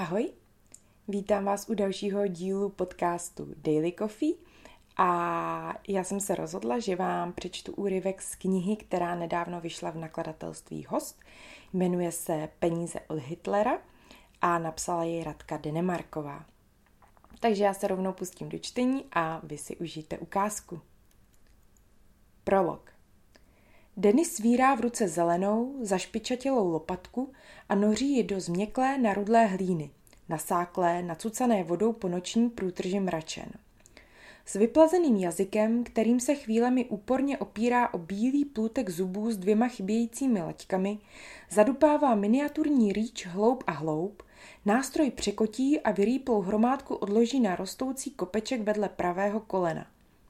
Ahoj, vítám vás u dalšího dílu podcastu Daily Coffee a já jsem se rozhodla, že vám přečtu úryvek z knihy, která nedávno vyšla v nakladatelství Host. Jmenuje se Peníze od Hitlera a napsala ji Radka Denemarková. Takže já se rovnou pustím do čtení a vy si užijte ukázku. Prolog. Denis svírá v ruce zelenou, zašpičatělou lopatku a noří ji do změklé narudlé hlíny, nasáklé, nacucané vodou po noční průtrži mračen. S vyplazeným jazykem, kterým se chvílemi úporně opírá o bílý plůtek zubů s 2 chybějícími laťkami, zadupává miniaturní rýč hloub a hloub, nástroj překotí a vyrýplou hromádku odloží na rostoucí kopeček vedle pravého kolena.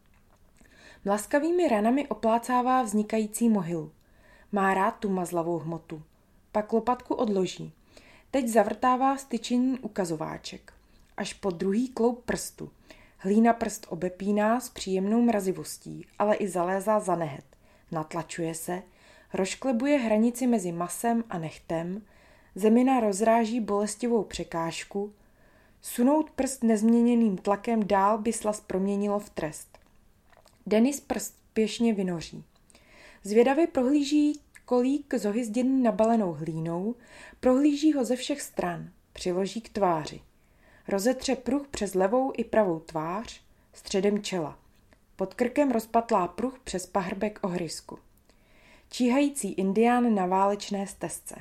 Mlaskavými ranami oplácává vznikající mohylu. Má rád tu mazlavou hmotu. Pak lopatku odloží. Teď zavrtává styčený ukazováček. Až po druhý kloup prstu. Hlína prst obepíná s příjemnou mrazivostí, ale i zalézá za nehet. Natlačuje se, rozšklebuje hranici mezi masem a nehtem, zemina rozráží bolestivou překážku. Sunout prst nezměněným tlakem dál by slaz proměnilo v trest. Denis prst spěšně vynoří. Zvědavě prohlíží kolík zohyzděný nabalenou hlínou, prohlíží ho ze všech stran, přiloží k tváři. Rozetře pruh přes levou i pravou tvář, středem čela. Pod krkem rozpatlá pruh přes pahrbek ohryzku. Číhající indián na válečné stezce.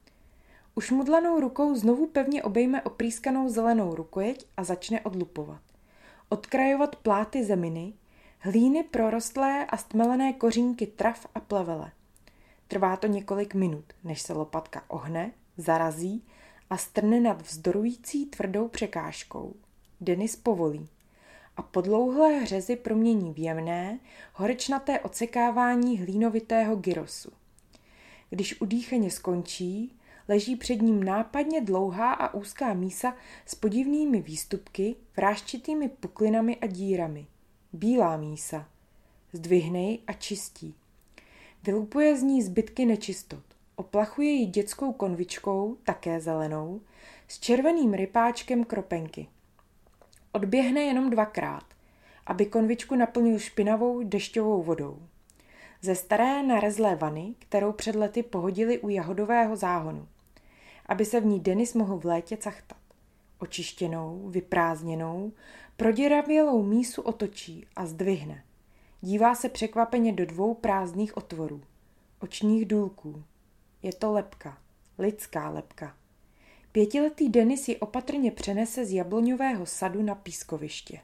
Ušmudlanou rukou znovu pevně obejme oprýskanou zelenou rukojeť a začne odlupovat. Odkrajovat pláty zeminy, hlíny prorostlé a stmelené kořínky trav a plevele. Trvá to několik minut, než se lopatka ohne, zarazí a strne nad vzdorující tvrdou překážkou. Denis povolí a podlouhlé hřezy promění v jemné, horečnaté odsekávání hlínovitého gyrosu. Když udýchaně skončí, leží před ním nápadně dlouhá a úzká mísa s podivnými výstupky, vrážčitými puklinami a dírami. Bílá mísa. Zdvihnej a čistí. Vylupuje z ní zbytky nečistot. Oplachuje ji dětskou konvičkou, také zelenou, s červeným rypáčkem kropenky. Odběhne jenom 2krát, aby konvičku naplnil špinavou dešťovou vodou. Ze staré narezlé vany, kterou před lety pohodili u jahodového záhonu, aby se v ní Denis mohl v létě cachtat. Očištěnou, vyprázdněnou, proděravělou mísu otočí a zdvihne. Dívá se překvapeně do 2 prázdných otvorů, očních důlků. Je to lebka, lidská lebka. 5letý Denis ji opatrně přenese z jabloňového sadu na pískoviště.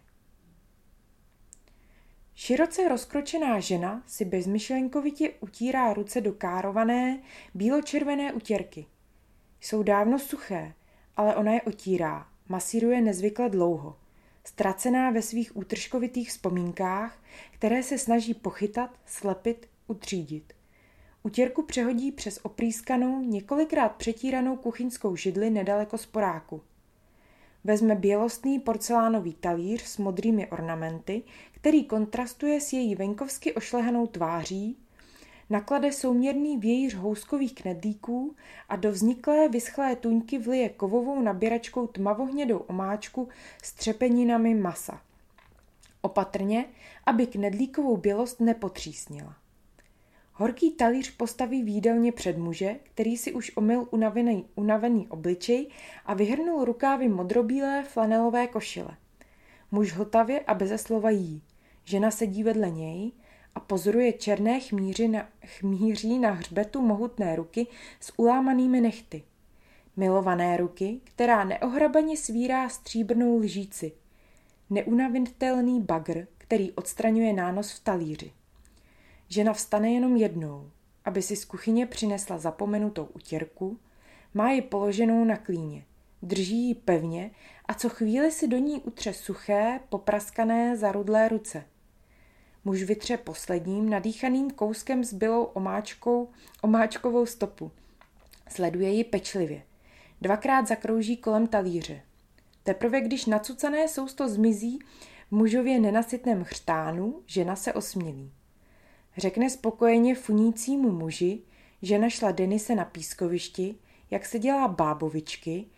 Široce rozkročená žena si bezmyšlenkovitě utírá ruce do kárované, bíločervené utěrky. Jsou dávno suché, ale ona je otírá, masíruje nezvykle dlouho, ztracená ve svých útržkovitých vzpomínkách, které se snaží pochytat, slepit, utřídit. Utěrku přehodí přes oprýskanou, několikrát přetíranou kuchyňskou židli nedaleko sporáku. Vezme bělostný porcelánový talíř s modrými ornamenty, který kontrastuje s její venkovsky ošlehanou tváří, naklade souměrný vějíř houskových knedlíků a do vzniklé vyschlé tuňky vlije kovovou nabíračkou tmavohnědou omáčku s třepeninami masa. Opatrně, aby knedlíkovou bělost nepotřísnila. Horký talíř postaví v jídelně před muže, který si už omyl unavený obličej a vyhrnul rukávy modrobílé flanelové košile. Muž hltavě a beze slova jí. Žena sedí vedle něj a pozoruje černé chmíří na hřbetu mohutné ruky s ulámanými nehty. Milované ruky, která neohrabaně svírá stříbrnou lžíci. Neunavitelný bagr, který odstraňuje nános v talíři. Žena vstane jenom jednou, aby si z kuchyně přinesla zapomenutou utěrku, má ji položenou na klíně, drží ji pevně a co chvíli si do ní utře suché, popraskané, zarudlé ruce. Muž vytře posledním, nadýchaným kouskem s bylou omáčkovou stopu. Sleduje ji pečlivě. 2krát zakrouží kolem talíře. Teprve když nacucané sousto zmizí v mužově nenasytném chřtánu, žena se osmělí. Řekne spokojeně funícímu muži, že našla Denise na pískovišti, jak se dělá bábovičky,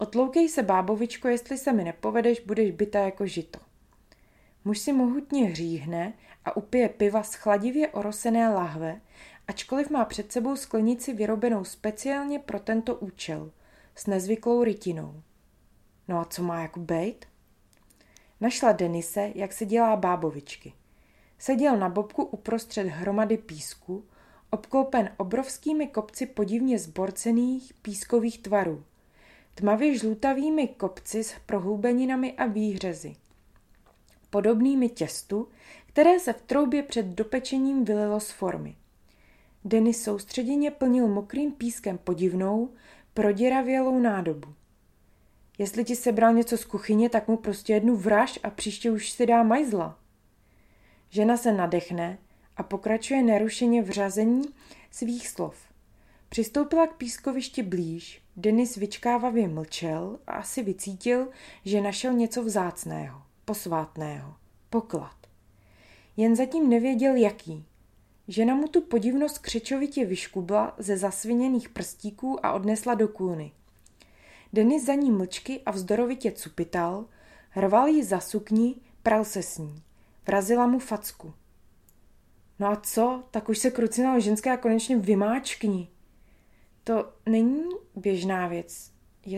Otloukej se, bábovičko, jestli se mi nepovedeš, budeš bita jako žito. Muž si mohutně hříhne a upije piva z chladivě orosené lahve, ačkoliv má před sebou sklenici vyrobenou speciálně pro tento účel, s nezvyklou rytinou. No a co má jako bejt? Našla Denise, jak se dělá bábovičky. Seděl na bobku uprostřed hromady písku, obklopen obrovskými kopci podivně zborcených pískových tvarů, tmavě žlutavými kopci s prohlubeninami a výhřezy, podobnými těstu, které se v troubě před dopečením vylilo z formy. Denis soustředěně plnil mokrým pískem podivnou, proděravělou nádobu. Jestli ti sebral něco z kuchyně, tak mu prostě jednu vraž a příště už si dá majzla. Žena se nadechne a pokračuje nerušeně v řazení svých slov. Přistoupila k pískovišti blíž, Denis vyčkávavě mlčel a asi vycítil, že našel něco vzácného, posvátného, poklad. Jen zatím nevěděl, jaký. Žena mu tu podivnost křečovitě vyškubla ze zasviněných prstíků a odnesla do kůlny. Denis za ní mlčky a vzdorovitě cupital, rval ji za sukni, pral se s ní. Vrazila mu facku. No a co? Tak už se krucinalo ženské a konečně vymáčkni. To není běžná věc.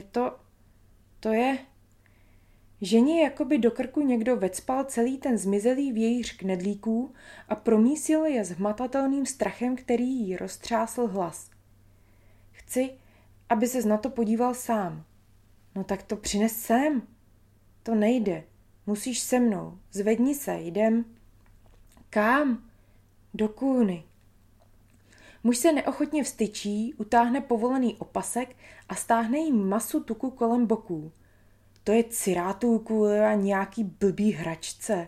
To je... Ženě jakoby do krku někdo vecpal celý ten zmizelý vějíř knedlíků a promísil je s hmatatelným strachem, který jí roztřásl hlas. Chci, aby ses na to podíval sám. No tak to přines sem. To nejde. Musíš se mnou. Zvedni se, jdem. Kam? Do kůlny. Muž se neochotně vstyčí, utáhne povolený opasek a stáhne jí masu tuku kolem boků. To je cirátů kůle a nějaký blbý hračce.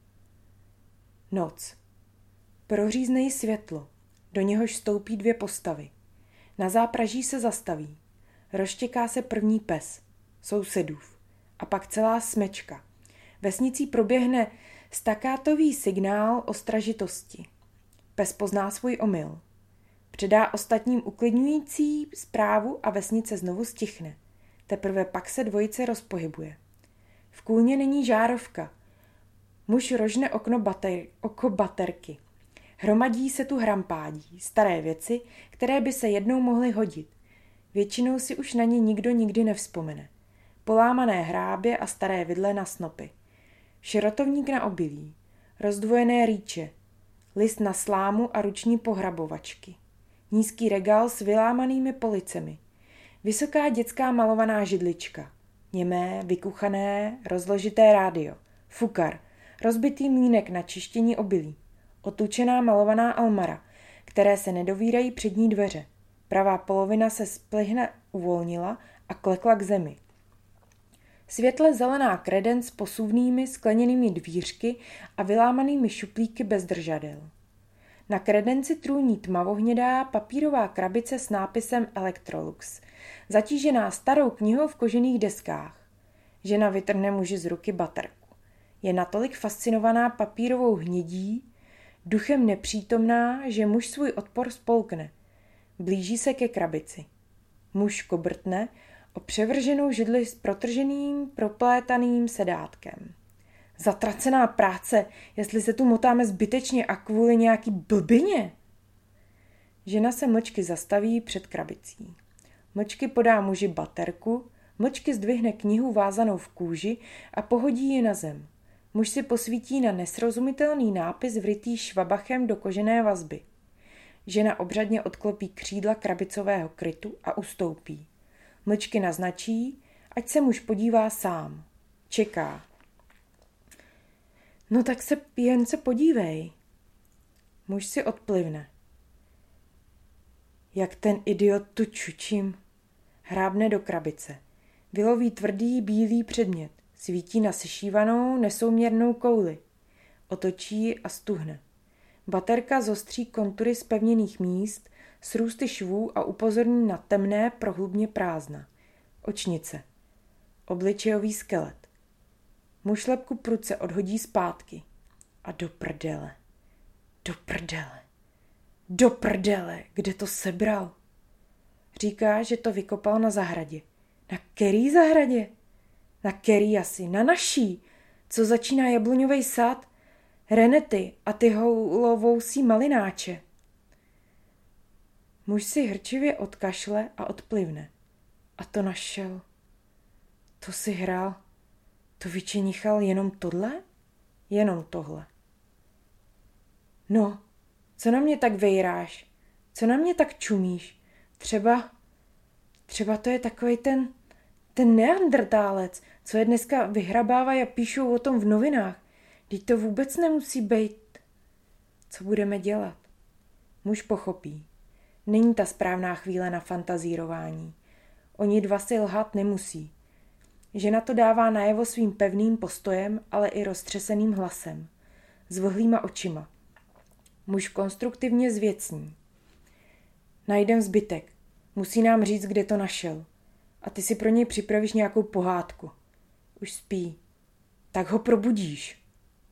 Noc. Prořízne jí světlo. Do něhož stoupí 2 postavy. Na zápraží se zastaví. Rozštěká se první pes. Sousedův. A pak celá smečka. Vesnicí proběhne stakátový signál ostražitosti. Pes pozná svůj omyl. Předá ostatním uklidňující zprávu a vesnice znovu stichne. Teprve pak se dvojice rozpohybuje. V kůlně není žárovka. Muž rožne oko baterky. Hromadí se tu hrampádí, staré věci, které by se jednou mohly hodit. Většinou si už na ně nikdo nikdy nevzpomene. Polámané hrábě a staré vidle na snopy. Šrotovník na obilí. Rozdvojené rýče. List na slámu a ruční pohrabovačky. Nízký regál s vylámanými policemi. Vysoká dětská malovaná židlička. Němé, vykuchané, rozložité rádio. Fukar. Rozbitý mlýnek na čištění obilí. Otučená malovaná almara, které se nedovírají přední dveře. Pravá polovina se splihne uvolnila a klekla k zemi. Světle zelená kredenc s posuvnými skleněnými dvířky a vylámanými šuplíky bez držadel. Na kredenci trůní tmavohnědá papírová krabice s nápisem Electrolux, zatížená starou knihou v kožených deskách. Žena vytrhne muži z ruky baterku. Je natolik fascinovaná papírovou hnědí, duchem nepřítomná, že muž svůj odpor spolkne. Blíží se ke krabici. Muž kobrtne o převrženou židli s protrženým, proplétaným sedátkem. Zatracená práce, jestli se tu motáme zbytečně a kvůli nějaký blbině. Žena se mlčky zastaví před krabicí. Mlčky podá muži baterku, mlčky zdvihne knihu vázanou v kůži a pohodí ji na zem. Muž si posvítí na nesrozumitelný nápis vrytý švabachem do kožené vazby. Žena obřadně odklopí křídla krabicového krytu a ustoupí. Mlčky naznačí, ať se muž podívá sám. Čeká. No tak jen se podívej. Muž si odplivne. Jak ten idiot tu čučím. Hrábne do krabice. Vyloví tvrdý bílý předmět. Svítí na sešívanou nesouměrnou kouli. Otočí ji a stuhne. Baterka zostří kontury zpevněných míst, srůsty švů a upozorní na temné prohlubně prázdna. Očnice. Obličejový skelet. Muž lepku pruce odhodí zpátky. A do prdele. Do prdele. Do prdele. Kde to sebral? Říká, že to vykopal na zahradě. Na který zahradě? Na který asi? Na naší, co začíná jabloňový sad, Renety a ty houlovousí malináče. Muž si hrčivě odkašle a odplivne. A to našel. To si hrál. To vyčenichal jenom tohle? Jenom tohle. No, co na mě tak vejráš? Co na mě tak čumíš? Třeba to je takovej ten neandrtálec, co je dneska vyhrabávají a píšou o tom v novinách. Vždyť to vůbec nemusí být. Co budeme dělat? Muž pochopí. Není ta správná chvíle na fantazírování. Oni dva si lhát nemusí. Žena to dává najevo svým pevným postojem, ale i roztřeseným hlasem. S vlhlýma očima. Muž konstruktivně zvěcní. Najdem zbytek. Musí nám říct, kde to našel. A ty si pro něj připravíš nějakou pohádku. Už spí. Tak ho probudíš.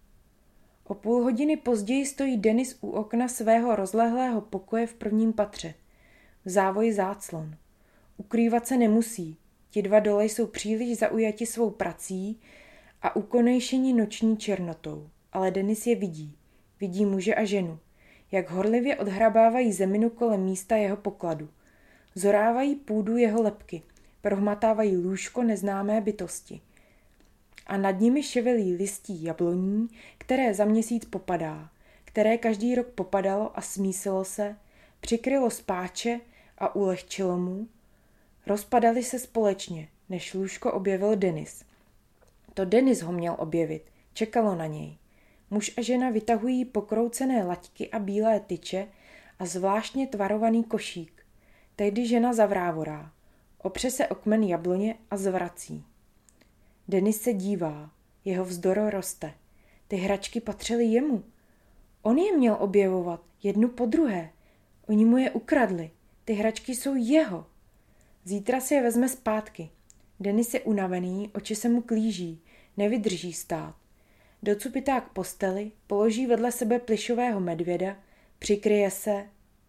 O půl hodiny později stojí Denis u okna svého rozlehlého pokoje v prvním patře. V závoji záclon. Ukrývat se nemusí. Ti dva dole jsou příliš zaujati svou prací a ukonejšení noční černotou. Ale Denis je vidí. Vidí muže a ženu. Jak horlivě odhrabávají zeminu kolem místa jeho pokladu. Zorávají půdu jeho lebky. Prohmatávají lůžko neznámé bytosti. A nad nimi ševelí listí jabloní, které za měsíc popadá, které každý rok popadalo a smísilo se, přikrylo spáče a ulehčilo mu. Rozpadali se společně, než lůžko objevil Denis. To Denis ho měl objevit, čekalo na něj. Muž a žena vytahují pokroucené laťky a bílé tyče a zvláštně tvarovaný košík. Tehdy žena zavrávorá. Opře se o kmen jabloně a zvrací. Denis se dívá, jeho vzdor roste. Ty hračky patřily jemu. On je měl objevovat, jednu po druhé. Oni mu je ukradli. Ty hračky jsou jeho. Zítra si je vezme zpátky. Denis je unavený, oči se mu klíží, nevydrží stát. Docupitá k posteli, položí vedle sebe plyšového medvěda, přikryje se.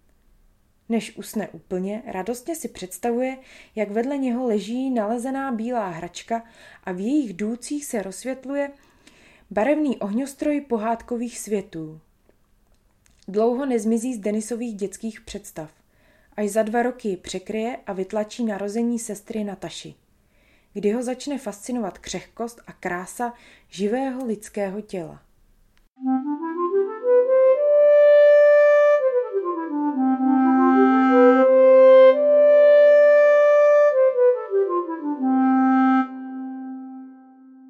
Než usne úplně, radostně si představuje, jak vedle něho leží nalezená bílá hračka a v jejich důlcích se rozsvětluje barevný ohňostroj pohádkových světů. Dlouho nezmizí z Denisových dětských představ. Až za 2 roky ji překryje a vytlačí narození sestry Nataši. Kdy ho začne fascinovat křehkost a krása živého lidského těla.